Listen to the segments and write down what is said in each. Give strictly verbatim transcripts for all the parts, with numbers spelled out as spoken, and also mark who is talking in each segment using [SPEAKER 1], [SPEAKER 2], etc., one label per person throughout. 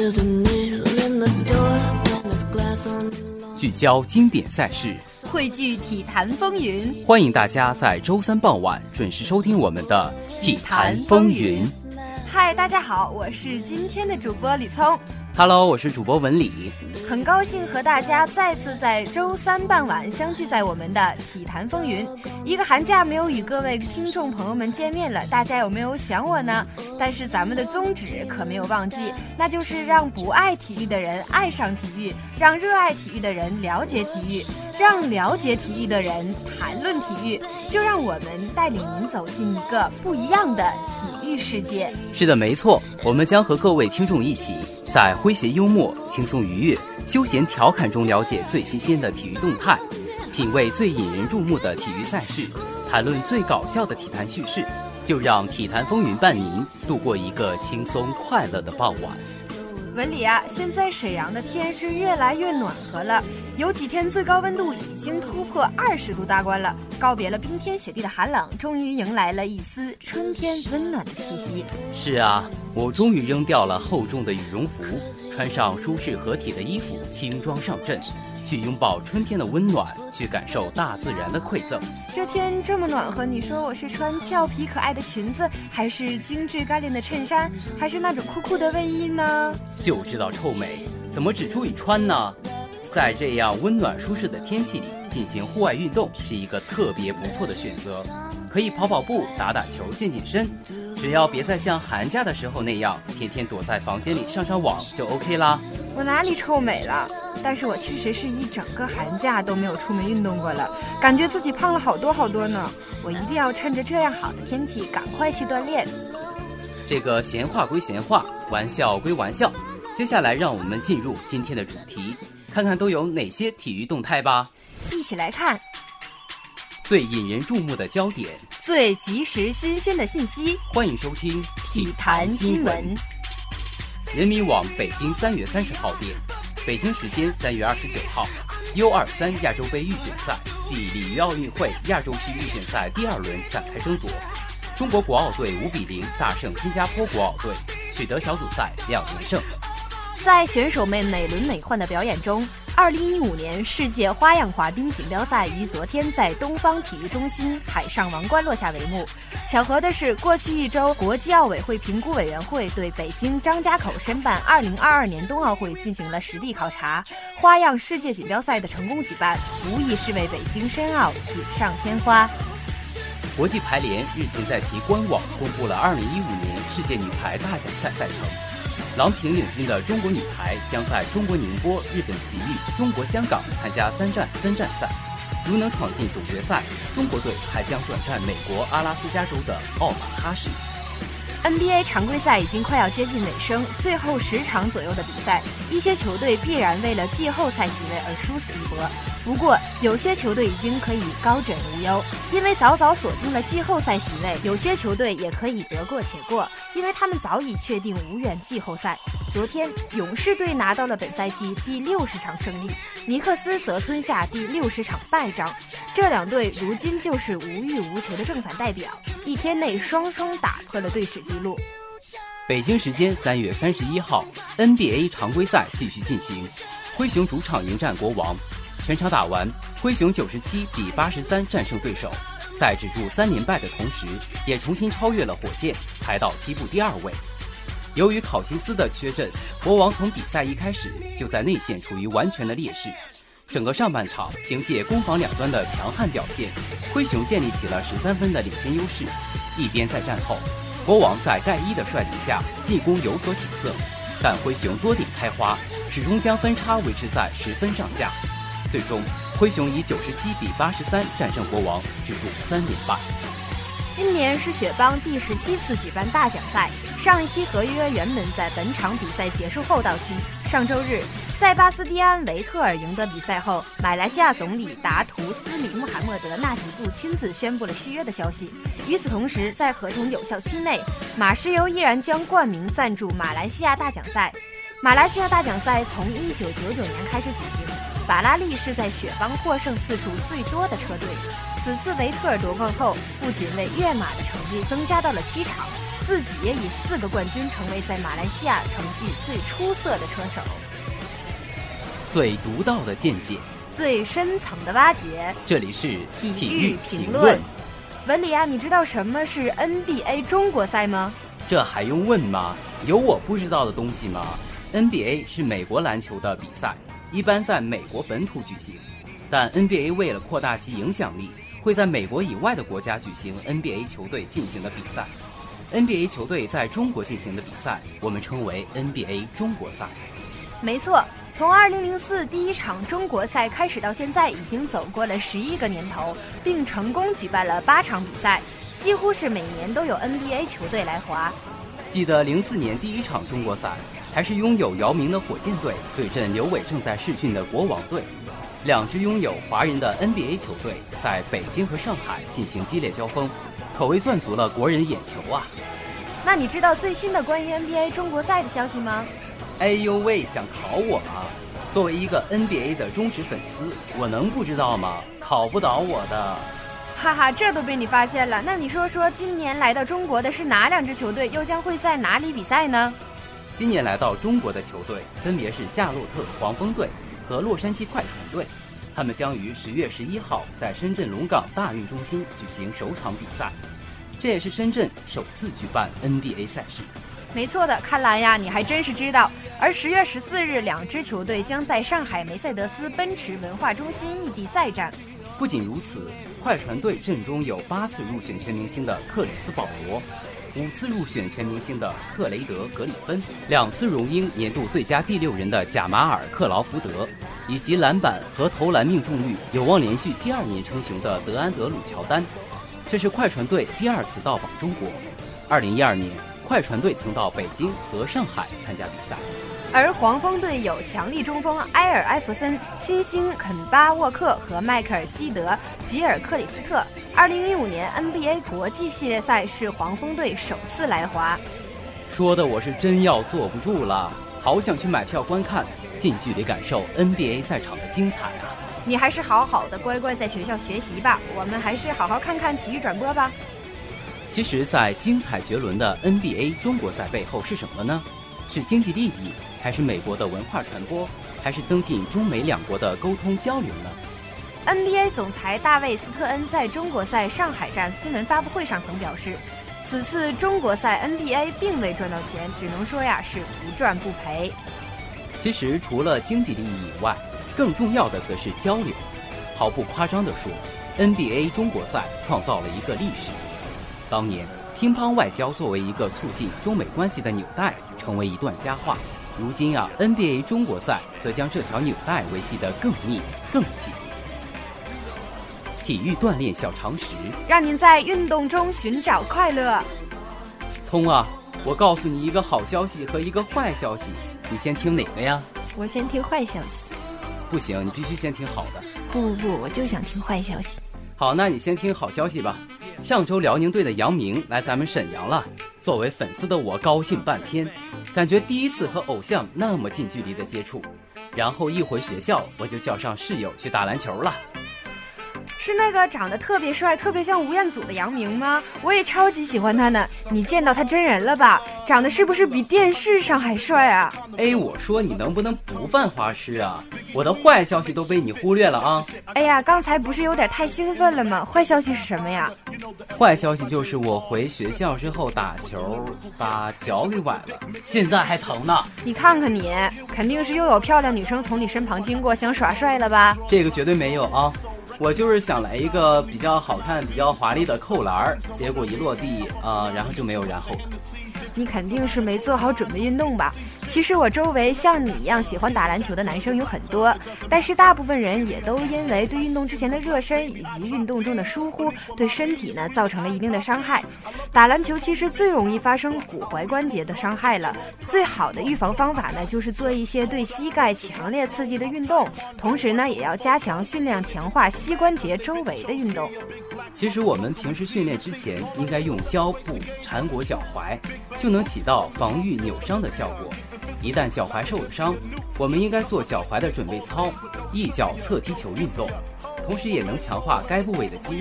[SPEAKER 1] 聚焦经典赛事，
[SPEAKER 2] 汇聚体坛风云。
[SPEAKER 1] 欢迎大家在周三傍晚准时收听我们的体坛风云。
[SPEAKER 2] 嗨，大家好，我是今天的主播李聪。
[SPEAKER 1] Hello， 我是主播文理。
[SPEAKER 2] 很高兴和大家再次在周三傍晚相聚在我们的体坛风云。一个寒假没有与各位听众朋友们见面了，大家有没有想我呢？但是咱们的宗旨可没有忘记，那就是让不爱体育的人爱上体育，让热爱体育的人了解体育，让了解体育的人谈论体育。就让我们带领您走进一个不一样的体育世界。
[SPEAKER 1] 是的，没错，我们将和各位听众一起在诙谐幽默、轻松愉悦、休闲调侃中了解最新鲜的体育动态，品味最引人注目的体育赛事，谈论最搞笑的体坛趣事，就让体坛风云伴您度过一个轻松快乐的傍晚。
[SPEAKER 2] 文理啊，现在沈阳的天是越来越暖和了，有几天最高温度已经突破二十度大关了，告别了冰天雪地的寒冷，终于迎来了一丝春天温暖的气息。
[SPEAKER 1] 是啊，我终于扔掉了厚重的羽绒服，穿上舒适合体的衣服，轻装上阵，去拥抱春天的温暖，去感受大自然的馈赠。
[SPEAKER 2] 这天这么暖和，你说我是穿俏皮可爱的裙子，还是精致干练的衬衫，还是那种酷酷的卫衣呢？
[SPEAKER 1] 就知道臭美，怎么只注意穿呢？在这样温暖舒适的天气里进行户外运动是一个特别不错的选择，可以跑跑步、打打球、健健身，只要别再像寒假的时候那样天天躲在房间里上上网就 OK 啦。
[SPEAKER 2] 我哪里臭美了？但是我确实是一整个寒假都没有出门运动过了，感觉自己胖了好多好多呢。我一定要趁着这样好的天气赶快去锻炼。
[SPEAKER 1] 这个闲话归闲话，玩笑归玩笑，接下来让我们进入今天的主题，看看都有哪些体育动态吧。
[SPEAKER 2] 一起来看
[SPEAKER 1] 最引人注目的焦点，
[SPEAKER 2] 最及时新鲜的信息。
[SPEAKER 1] 欢迎收听
[SPEAKER 2] 体坛新闻。
[SPEAKER 1] 人民网北京三月三十号电，北京时间三月二十九号 U 二三 亚洲杯预选赛暨里约奥运会亚洲区预选赛第二轮展开争夺，中国国奥队五比零大胜新加坡国奥队，取得小组赛两连胜。
[SPEAKER 2] 在选手们哪轮哪换的表演中，二零一五年世界花样滑冰锦标赛于昨天在东方体育中心海上王冠落下帷幕。巧合的是，过去一周，国际奥委会评估委员会对北京张家口申办二零二二年冬奥会进行了实地考察。花样世界锦标赛的成功举办，无疑是为北京申奥锦上添花。
[SPEAKER 1] 国际排联日前在其官网公布了二零一五年世界女排大奖赛赛程。郎平领军的中国女排将在中国宁波、日本奇遇、中国香港参加三站分站赛，如能闯进总决赛，中国队还将转战美国阿拉斯加州的奥马哈市。
[SPEAKER 2] N B A 常规赛已经快要接近尾声，最后十场左右的比赛，一些球队必然为了季后赛席位而殊死一搏。不过，有些球队已经可以高枕无忧，因为早早锁定了季后赛席位；有些球队也可以得过且过，因为他们早已确定无缘季后赛。昨天，勇士队拿到了本赛季第六十场胜利，尼克斯则吞下第六十场败仗。这两队如今就是无欲无求的正反代表，一天内双双打破了队史纪录。
[SPEAKER 1] 北京时间三月三十一号 ，N B A 常规赛继续进行，灰熊主场迎战国王。全场打完，灰熊九十七比八十三战胜对手，在止住三连败的同时，也重新超越了火箭，排到西部第二位。由于考辛斯的缺阵，国王从比赛一开始就在内线处于完全的劣势。整个上半场凭借攻防两端的强悍表现，灰熊建立起了十三分的领先优势。一边在战后，国王在盖伊的率领下进攻有所起色，但灰熊多点开花，始终将分差维持在十分上下。最终，灰熊以九十七比八十三战胜国王，止住三连败。
[SPEAKER 2] 今年是雪邦第十七次举办大奖赛，上一期合约原本在本场比赛结束后到期。上周日，塞巴斯蒂安·维特尔赢得比赛后，马来西亚总理达图斯里穆罕默德纳吉布亲自宣布了续约的消息。与此同时，在合同有效期内，马石油依然将冠名赞助马来西亚大奖赛。马来西亚大奖赛从一九九九年开始举行，法拉利是在雪邦获胜次数最多的车队。此次维特尔夺冠后，不仅为跃马的成绩增加到了七场， 自己也以四个冠军成为在马来西亚成绩最出色的车手。
[SPEAKER 1] 最独到的见解，
[SPEAKER 2] 最深层的挖掘，
[SPEAKER 1] 这里是
[SPEAKER 2] 体育评论。文理啊，你知道什么是 N B A 中国赛吗？
[SPEAKER 1] 这还用问吗？有我不知道的东西吗？ N B A 是美国篮球的比赛，一般在美国本土举行，但 N B A 为了扩大其影响力，会在美国以外的国家举行 N B A 球队进行的比赛。N B A 球队在中国进行的比赛，我们称为 N B A 中国赛。
[SPEAKER 2] 没错，从二零零四第一场中国赛开始到现在，已经走过了十一个年头，并成功举办了八场比赛，几乎是每年都有 N B A 球队来华。
[SPEAKER 1] 记得零四年第一场中国赛，还是拥有姚明的火箭队对阵刘伟正在试训的国王队，两支拥有华人的 N B A 球队在北京和上海进行激烈交锋，可谓赚足了国人眼球啊！
[SPEAKER 2] 那你知道最新的关于 N B A 中国赛的消息吗？
[SPEAKER 1] 哎呦喂，想考我吗？作为一个 N B A 的忠实粉丝，我能不知道吗？考不倒我的。
[SPEAKER 2] 哈哈，这都被你发现了。那你说说，今年来到中国的是哪两支球队，又将会在哪里比赛呢？
[SPEAKER 1] 今年来到中国的球队分别是夏洛特黄蜂队和洛杉矶快船队，他们将于十月十一号在深圳龙岗大运中心举行首场比赛，这也是深圳首次举办 N B A 赛事。
[SPEAKER 2] 没错的，看来呀，你还真是知道。而十月十四日，两支球队将在上海梅赛德斯奔驰文化中心异地再战。
[SPEAKER 1] 不仅如此，快船队阵中有八次入选全明星的克里斯保罗，五次入选全明星的克雷德格里芬，两次荣膺年度最佳第六人的贾马尔克劳福德，以及篮板和投篮命中率有望连续第二年称雄的德安德鲁乔丹。这是快船队第二次到访中国。二零一二年，快船队曾到北京和上海参加比赛。
[SPEAKER 2] 而黄蜂队有强力中锋埃尔艾弗森、新星肯巴沃克和迈克尔基德、吉尔克里斯特。二零一五年 N B A 国际系列赛是黄蜂队首次来华。
[SPEAKER 1] 说的我是真要坐不住了，好想去买票观看，近距离感受 N B A 赛场的精彩啊！
[SPEAKER 2] 你还是好好的乖乖在学校学习吧，我们还是好好看看体育转播吧。
[SPEAKER 1] 其实在精彩绝伦的 N B A 中国赛背后是什么呢？是经济利益，还是美国的文化传播，还是增进中美两国的沟通交流呢？
[SPEAKER 2] N B A 总裁大卫斯特恩在中国赛上海站新闻发布会上曾表示，此次中国赛 N B A 并未赚到钱，只能说呀是不赚不赔。
[SPEAKER 1] 其实除了经济利益以外，更重要的则是交流。毫不夸张地说， N B A 中国赛创造了一个历史。当年乒乓外交作为一个促进中美关系的纽带，成为一段佳话。如今啊 ，N B A 中国赛则将这条纽带维系得更密更紧。体育锻炼小常识，
[SPEAKER 2] 让您在运动中寻找快乐。
[SPEAKER 1] 聪啊，我告诉你一个好消息和一个坏消息，你先听哪个呀？
[SPEAKER 2] 我先听坏消息。
[SPEAKER 1] 不行，你必须先听好的。
[SPEAKER 2] 不不不，我就想听坏消息。
[SPEAKER 1] 好，那你先听好消息吧。上周辽宁队的杨明来咱们沈阳了，作为粉丝的我高兴半天，感觉第一次和偶像那么近距离的接触。然后一回学校，我就叫上室友去打篮球了。
[SPEAKER 2] 是那个长得特别帅特别像吴彦祖的杨明吗？我也超级喜欢他呢。你见到他真人了吧？长得是不是比电视上还帅啊？
[SPEAKER 1] 哎，我说你能不能不犯花痴啊？我的坏消息都被你忽略了啊！
[SPEAKER 2] 哎呀，刚才不是有点太兴奋了吗？坏消息是什么呀？
[SPEAKER 1] 坏消息就是我回学校之后打球把脚给崴了，现在还疼呢。
[SPEAKER 2] 你看看你，肯定是又有漂亮女生从你身旁经过想耍帅了吧？
[SPEAKER 1] 这个绝对没有啊，我就是想来一个比较好看比较华丽的扣篮，结果一落地啊、呃，然后就没有然后了。
[SPEAKER 2] 你肯定是没做好准备运动吧？其实我周围像你一样喜欢打篮球的男生有很多，但是大部分人也都因为对运动之前的热身以及运动中的疏忽，对身体呢造成了一定的伤害。打篮球其实最容易发生骨踝关节的伤害了，最好的预防方法呢就是做一些对膝盖强烈刺激的运动，同时呢也要加强训练强化膝关节周围的运动。
[SPEAKER 1] 其实我们平时训练之前应该用胶布缠裹脚踝，就能起到防御扭伤的效果。一旦脚踝受了伤，我们应该做脚踝的准备操，一脚侧踢球运动，同时也能强化该部位的肌肉，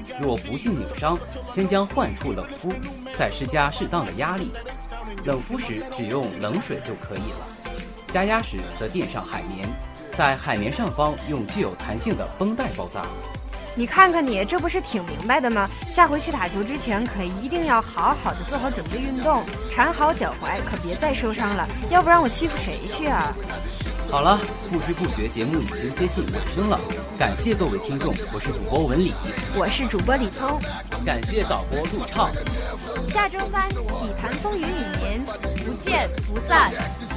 [SPEAKER 1] 若不幸扭伤，先将患处冷敷，再施加适当的压力。冷敷时只用冷水就可以了。加压时则垫上海绵，在海绵上方用具有弹性的绷带包扎。
[SPEAKER 2] 你看看你，这不是挺明白的吗？下回去打球之前，可一定要好好的做好准备运动，缠好脚踝，可别再受伤了，要不然我欺负谁去啊？
[SPEAKER 1] 好了，不知不觉节目已经接近尾声了，感谢各位听众，我是主播文理，
[SPEAKER 2] 我是主播李聪，
[SPEAKER 1] 感谢导播陆畅。
[SPEAKER 2] 下周三体坛风云与您不见不散。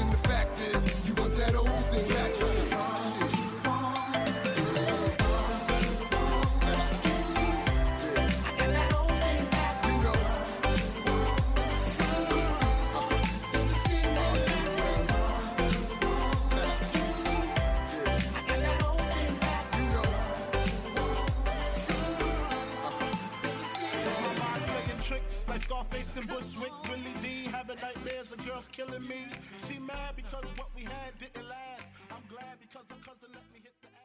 [SPEAKER 3] Like Scarface and Bushwick, Willie D, having nightmares of girls killing me. She mad because what we had didn't last. I'm glad because her cousin let me hit the